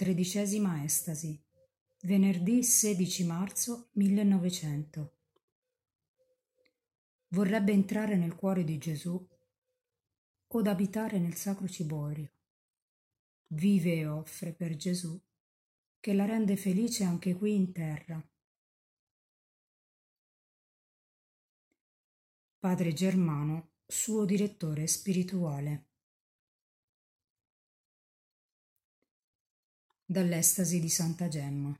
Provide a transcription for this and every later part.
13ª estasi, venerdì 16 marzo 1900. Vorrebbe entrare nel cuore di Gesù od abitare nel sacro ciborio. Vive e offre per Gesù, che la rende felice anche qui in terra. Padre Germano, suo direttore spirituale. Dall'estasi di Santa Gemma.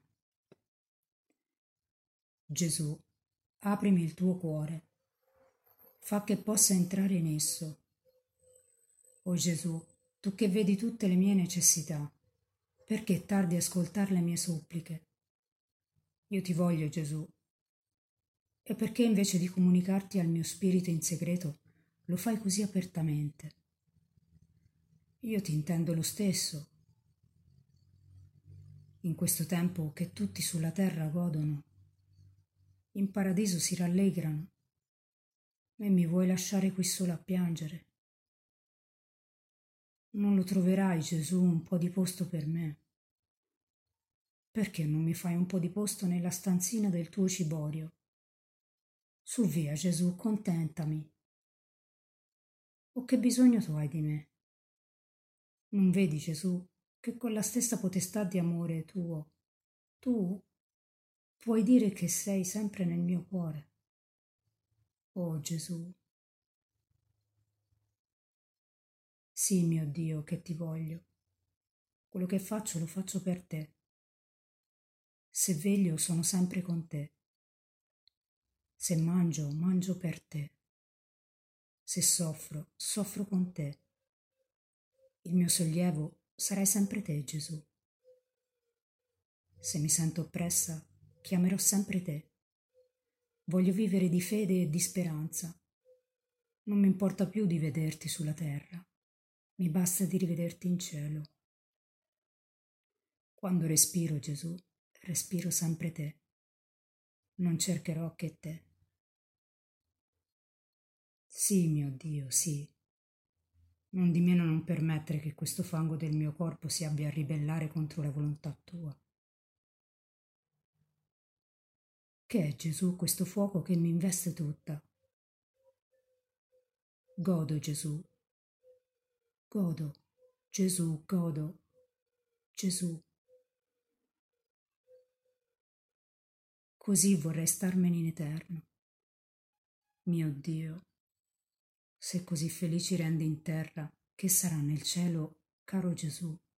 Gesù, aprimi il tuo cuore, fa che possa entrare in esso. O Gesù, tu che vedi tutte le mie necessità, perché tardi a ascoltare le mie suppliche? Io ti voglio, Gesù. E perché invece di comunicarti al mio spirito in segreto, lo fai così apertamente? Io ti intendo lo stesso. In questo tempo che tutti sulla terra godono, in paradiso si rallegrano, e mi vuoi lasciare qui solo a piangere? Non lo troverai, Gesù, un po' di posto per me? Perché non mi fai un po' di posto nella stanzina del tuo ciborio? Su via, Gesù, contentami. O che bisogno tu hai di me? Non vedi, Gesù, che con la stessa potestà di amore tuo, tu puoi dire che sei sempre nel mio cuore? Oh Gesù. Sì, mio Dio, che ti voglio. Quello che faccio lo faccio per te. Se veglio sono sempre con te. Se mangio, mangio per te. Se soffro, soffro con te. Il mio sollievo sarai sempre te, Gesù. Se mi sento oppressa, chiamerò sempre te. Voglio vivere di fede e di speranza. Non mi importa più di vederti sulla terra. Mi basta di rivederti in cielo. Quando respiro, Gesù, respiro sempre te. Non cercherò che te. Sì, mio Dio, sì. Non di meno non permettere che questo fango del mio corpo si abbia a ribellare contro la volontà tua. Che è, Gesù, questo fuoco che mi investe tutta? Godo, Gesù. Godo, Gesù, godo, Gesù. Così vorrei starmene in eterno. Mio Dio, se così felici rendi in terra, che sarà nel cielo, caro Gesù?